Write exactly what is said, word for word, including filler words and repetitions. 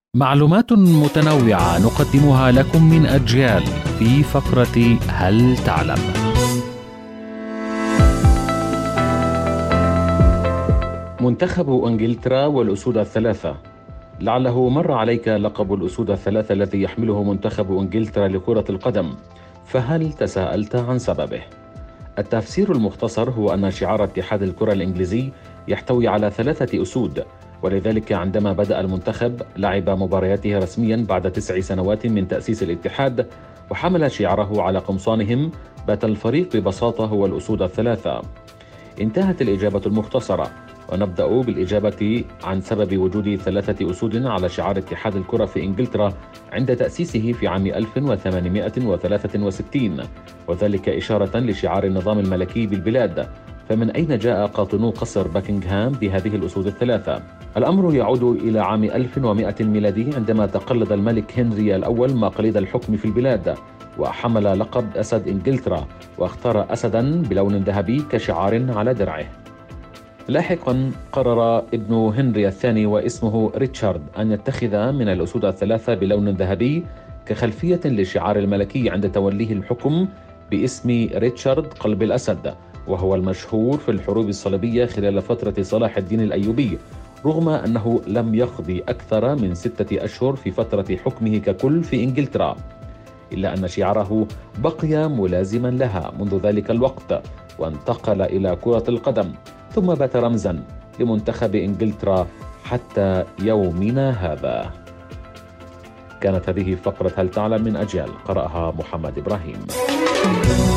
معلومات متنوعة نقدمها لكم من أجيال في فقرة هل تعلم؟ منتخب إنجلترا والأسود الثلاثة. لعله مر عليك لقب الأسود الثلاثة الذي يحمله منتخب إنجلترا لكرة القدم، فهل تساءلت عن سببه؟ التفسير المختصر هو أن شعار اتحاد الكرة الإنجليزي يحتوي على ثلاثة أسود، ولذلك عندما بدأ المنتخب لعب مبارياته رسميا بعد تسع سنوات من تأسيس الاتحاد وحمل شعاره على قمصانهم، بات الفريق ببساطة هو الأسود الثلاثة. انتهت الإجابة المختصرة، ونبدأ بالإجابة عن سبب وجود ثلاثة أسود على شعار اتحاد الكرة في إنجلترا عند تأسيسه في عام ألف وثمانمائة وثلاثة وستين، وذلك إشارة لشعار النظام الملكي بالبلاد. فمن أين جاء قاطنو قصر باكنغهام بهذه الأسود الثلاثة؟ الأمر يعود إلى عام ألف ومائة ميلادي، عندما تقلد الملك هنري الأول مقاليد الحكم في البلاد وحمل لقب أسد إنجلترا، واختار أسدا بلون ذهبي كشعار على درعه. لاحقا قرر ابن هنري الثاني واسمه ريتشارد أن يتخذ من الأسود الثلاثة بلون ذهبي كخلفية للشعار الملكي عند توليه الحكم باسم ريتشارد قلب الأسد، وهو المشهور في الحروب الصليبية خلال فترة صلاح الدين الأيوبي، رغم أنه لم يقضي أكثر من ستة أشهر في فترة حكمه ككل في إنجلترا، إلا أن شعاره بقي ملازما لها منذ ذلك الوقت، وانتقل إلى كرة القدم، ثم بات رمزا لمنتخب إنجلترا حتى يومنا هذا. كانت هذه فقرة هل تعلم من أجيال، قرأها محمد إبراهيم.